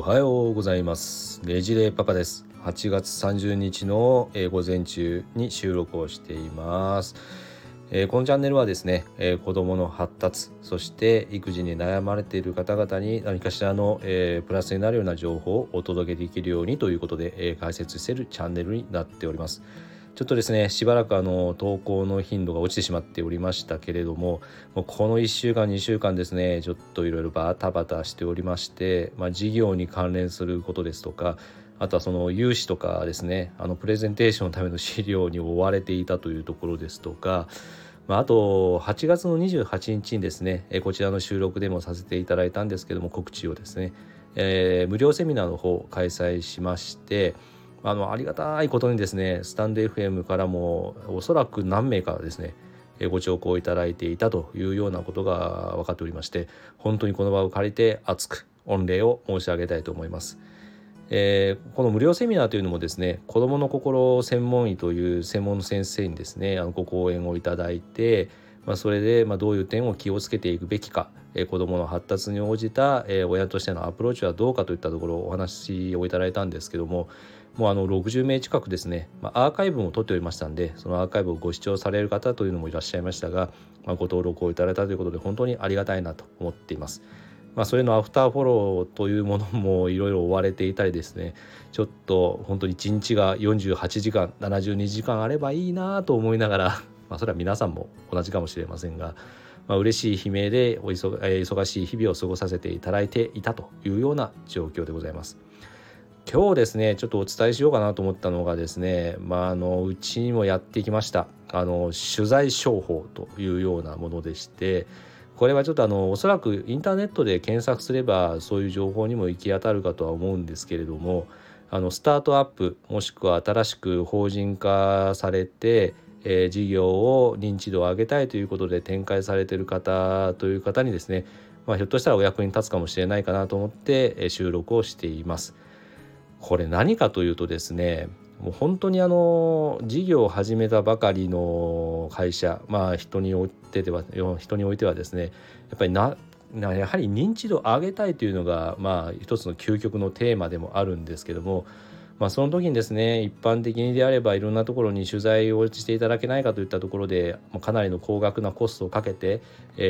はようございます。ねじれパパです。8月30日の午前中に収録をしています。このチャンネルはですね、子どもの発達、そして育児に悩まれている方々に何かしらのプラスになるような情報をお届けできるようにということで解説しているチャンネルになっております。ちょっとですね、しばらく投稿の頻度が落ちてしまっておりましたけれども、この1週間2週間ですね、ちょっといろいろバタバタしておりまして、事業に関連することですとか、あとはその融資とかですね、プレゼンテーションのための資料に追われていたというところですとか、あと8月の28日にですね、こちらの収録でもさせていただいたんですけども、告知をですね、無料セミナーの方を開催しまして、ありがたいことにですね、スタンド FM からもおそらく何名かですね、ご聴講いただいていたというようなことが分かっておりまして、本当にこの場を借りて熱く御礼を申し上げたいと思います。この無料セミナーというのもですね、子どもの心専門医という専門の先生にですね、ご講演をいただいて、それでどういう点を気をつけていくべきか、子どもの発達に応じた親としてのアプローチはどうかといったところをお話をいただいたんですけども、もう60名近くですね、アーカイブも取っておりましたんで、そのアーカイブをご視聴される方というのもいらっしゃいましたが、ご登録をいただいたということで本当にありがたいなと思っています。それのアフターフォローというものもいろいろ追われていたりですね、ちょっと本当に1日が48時間72時間あればいいなと思いながらそれは皆さんも同じかもしれませんが、嬉しい悲鳴で忙しい日々を過ごさせていただいていたというような状況でございます。今日ですね、ちょっとお伝えしようかなと思ったのがですね、うちにもやってきました取材商法というようなものでして、これはちょっとおそらくインターネットで検索すればそういう情報にも行き当たるかとは思うんですけれども、スタートアップもしくは新しく法人化されて、事業を認知度を上げたいということで展開されている方という方にですね、ひょっとしたらお役に立つかもしれないかなと思って収録をしています。これ何かというとですね、もう本当に事業を始めたばかりの会社、人においてはですね、やっぱりやはり認知度を上げたいというのが一つの究極のテーマでもあるんですけども、その時にですね、一般的にであればいろんなところに取材をしていただけないかといったところでかなりの高額なコストをかけて、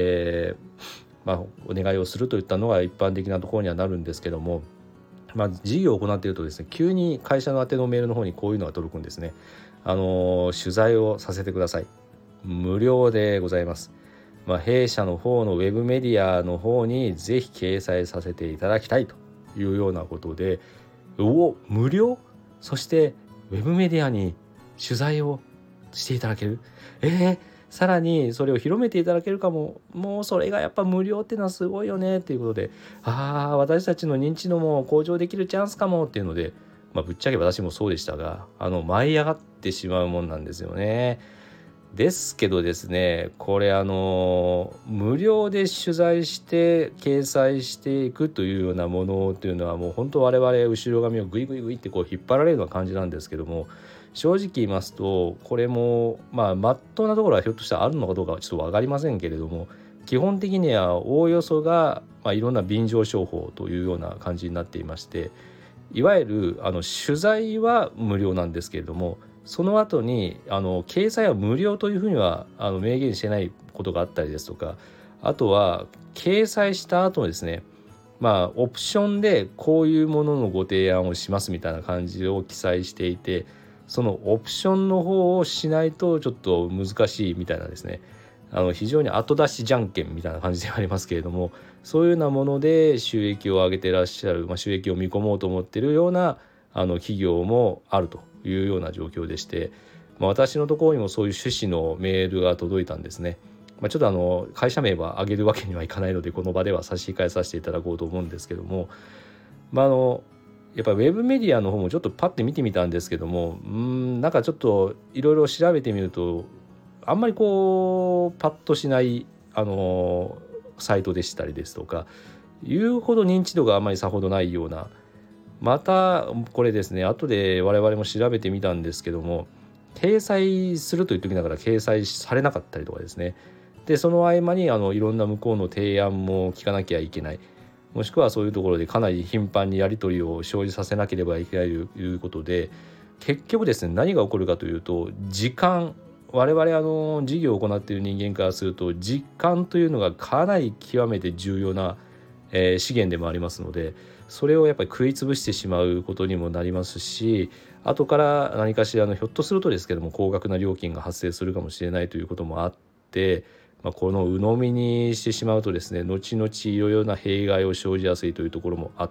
お願いをするといったのが一般的なところにはなるんですけども、事業を行っているとですね、急に会社の宛てのメールの方にこういうのが届くんですね。取材をさせてください。無料でございます。弊社の方のウェブメディアの方にぜひ掲載させていただきたいというようなことで、無料？そしてウェブメディアに取材をしていただける？さらにそれを広めていただけるかも。もうそれがやっぱ無料っていうのはすごいよねっていうことで、私たちの認知度も向上できるチャンスかもっていうので、ぶっちゃけ私もそうでしたが、舞い上がってしまうもんなんですよね。ですけどですね、これ無料で取材して掲載していくというようなものっていうのはもう本当我々後ろ髪をグイグイグイってこう引っ張られるような感じなんですけども、正直言いますとこれもまっとうなところはひょっとしたらあるのかどうかはちょっと分かりませんけれども、基本的にはおおよそがいろんな便乗商法というような感じになっていまして、いわゆる取材は無料なんですけれども、その後に掲載は無料というふうには明言してないことがあったりですとか、あとは掲載した後ですね、オプションでこういうもののご提案をしますみたいな感じを記載していて、そのオプションの方をしないとちょっと難しいみたいなですね、非常に後出しじゃんけんみたいな感じではありますけれども、そういうようなもので収益を上げていらっしゃる、収益を見込もうと思っているような企業もあるというような状況でして、私のところにもそういう趣旨のメールが届いたんですね。ちょっと会社名は挙げるわけにはいかないのでこの場では差し控えさせていただこうと思うんですけども、やっぱりウェブメディアの方もちょっとパッて見てみたんですけども、なんかちょっといろいろ調べてみるとあんまりこうパッとしないサイトでしたりですとか、言うほど認知度があまりさほどないような、またこれですね、後で我々も調べてみたんですけども、掲載すると言っておきながら掲載されなかったりとかですね、でその合間にいろんな向こうの提案も聞かなきゃいけない、 もしくはそういうところでかなり頻繁にやり取りを生じさせなければいけないということで、結局ですね、何が起こるかというと、時間、我々事業を行っている人間からすると時間というのがかなり極めて重要な、資源でもありますので、それをやっぱり食い潰してしまうことにもなりますし、後から何かしらひょっとするとですけども高額な料金が発生するかもしれないということもあって、この鵜呑みにしてしまうとですね、後々いろいろな弊害を生じやすいというところもあって、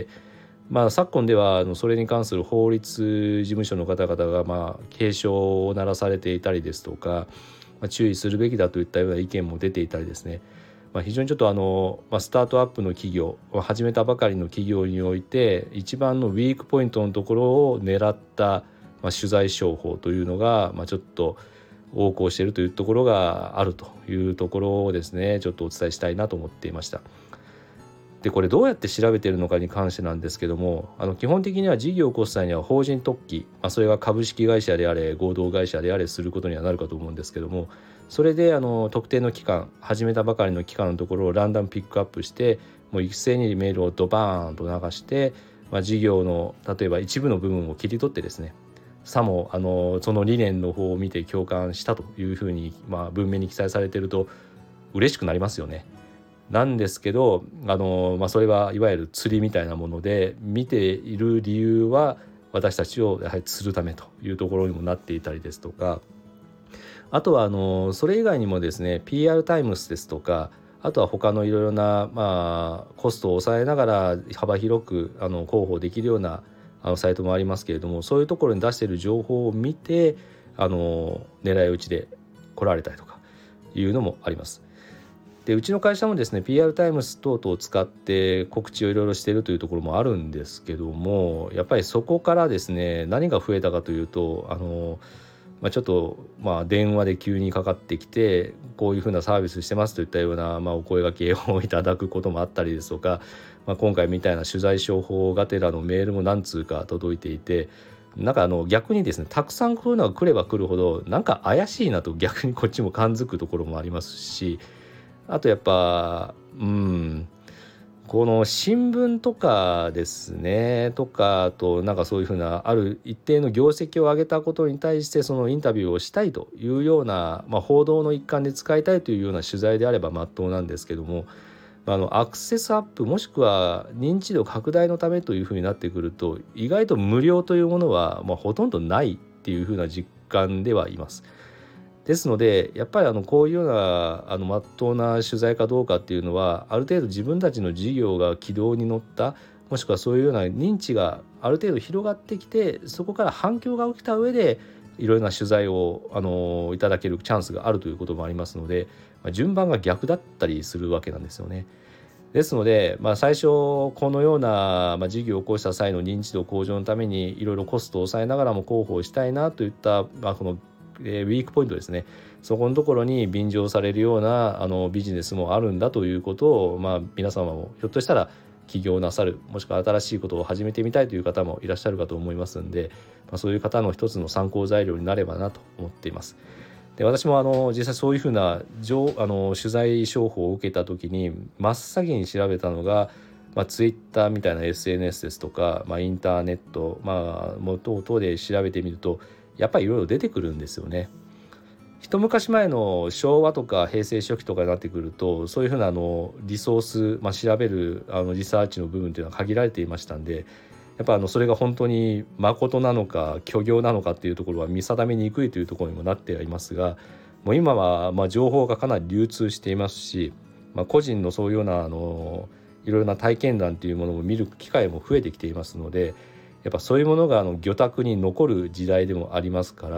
昨今ではそれに関する法律事務所の方々が警鐘を鳴らされていたりですとか、注意するべきだといったような意見も出ていたりですね、非常にちょっとスタートアップの企業、始めたばかりの企業において一番のウィークポイントのところを狙った、取材商法というのが、ちょっと横行しているというところがあるというところをですね、ちょっとお伝えしたいなと思っていました。でこれどうやって調べているのかに関してなんですけども、基本的には事業を起こす際には法人登記、それが株式会社であれ合同会社であれすることにはなるかと思うんですけども、それで特定の期間、始めたばかりの期間のところをランダムピックアップして、もう一斉にメールをドバーンと流して、事業の例えば一部の部分を切り取ってですね、さもその理念の方を見て共感したというふうに、文面に記載されていると嬉しくなりますよね。なんですけどそれはいわゆる釣りみたいなもので、見ている理由は私たちをやはり釣るためというところにもなっていたりですとか、あとはそれ以外にもですね PR タイムスですとか、あとは他のいろいろな、コストを抑えながら幅広く広報できるようなサイトもありますけれども、そういうところに出している情報を見て狙い撃ちで来られたりとかいうのもあります。でうちの会社もですね PR タイムス等々を使って告知をいろいろしているというところもあるんですけども、やっぱりそこからですね何が増えたかというとちょっと電話で急にかかってきて、こういうふうなサービスしてますといったようなお声掛けをいただくこともあったりですとか、今回みたいな取材商法がてらのメールも何通か届いていて、逆にですねたくさんこういうのが来れば来るほど怪しいなと逆にこっちも感づくところもありますし、あとやっぱこの新聞とかですねとか、あとそういうふうなある一定の業績を上げたことに対してそのインタビューをしたいというような、報道の一環で使いたいというような取材であれば真っ当なんですけども、アクセスアップもしくは認知度拡大のためというふうになってくると、意外と無料というものはほとんどないっていうふうな実感ではいます。ですのでやっぱりこういうような真っ当な取材かどうかっていうのは、ある程度自分たちの事業が軌道に乗った、もしくはそういうような認知がある程度広がってきて、そこから反響が起きた上でいろいろな取材をいただけるチャンスがあるということもありますので、順番が逆だったりするわけなんですよね。ですので、最初このような、事業を起こした際の認知度向上のためにいろいろコストを抑えながらも広報したいなといった、このウィークポイントですね、そこのところに便乗されるようなビジネスもあるんだということを、皆様もひょっとしたら起業なさる、もしくは新しいことを始めてみたいという方もいらっしゃるかと思いますので、そういう方の一つの参考材料になればなと思っています。で私も実際そういうふうな取材商法を受けた時に真っ先に調べたのが、ツイッターみたいな SNS ですとか、インターネット、等々で調べてみるとやっぱりいろいろ出てくるんですよね。一昔前の昭和とか平成初期とかになってくると、そういうふうなリソース、調べるリサーチの部分っていうのは限られていましたんで、やっぱそれが本当に誠なのか虚業なのかっていうところは見定めにくいというところにもなってはいますが、もう今は情報がかなり流通していますし、個人のそういうようないろいろな体験談というものを見る機会も増えてきていますので、やっぱそういうものが魚拓に残る時代でもありますから、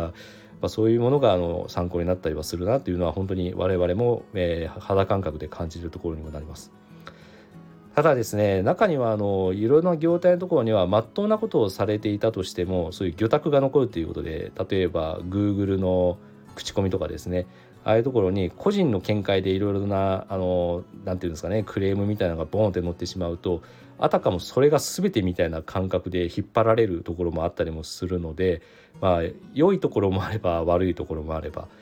そういうものが参考になったりはするなというのは本当に我々も、肌感覚で感じるところにもなります。ただですね、中にはいろいろな業態のところには真っ当なことをされていたとしても、そういう魚拓が残るということで、例えば Google の口コミとかですね、ああいうところに個人の見解でいろいろななんていうんですかね、クレームみたいなのがボーンって載ってしまうと、あたかもそれが全てみたいな感覚で引っ張られるところもあったりもするので、良いところもあれば悪いところもあれば、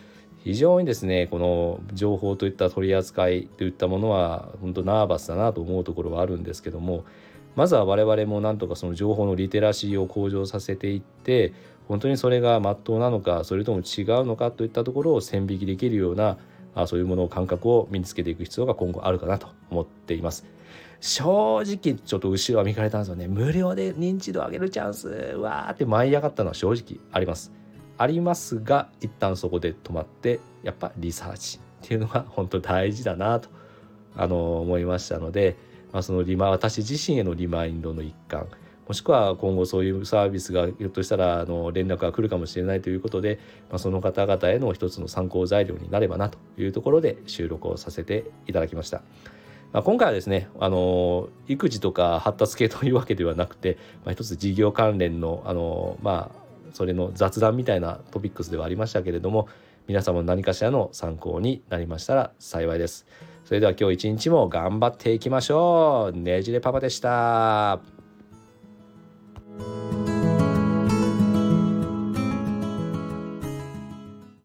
非常にですねこの情報といった取り扱いといったものは本当ナーバスだなと思うところはあるんですけども、まずは我々もなんとかその情報のリテラシーを向上させていって、本当にそれが真っ当なのかそれとも違うのかといったところを線引きできるようなそういうもの感覚を身につけていく必要が今後あるかなと思っています。正直ちょっと後ろは見かれたんですよね。無料で認知度上げるチャンスわーって舞い上がったのは正直ありますが、一旦そこで止まってやっぱリサーチっていうのが本当大事だなと思いましたので、その私自身へのリマインドの一環、もしくは今後そういうサービスがひょっとしたら連絡が来るかもしれないということで、その方々への一つの参考材料になればなというところで収録をさせていただきました。今回はですね育児とか発達系というわけではなくて、一つ事業関連のそれの雑談みたいなトピックスではありましたけれども、皆様の何かしらの参考になりましたら幸いです。それでは今日一日も頑張っていきましょう。ねじれパパでした。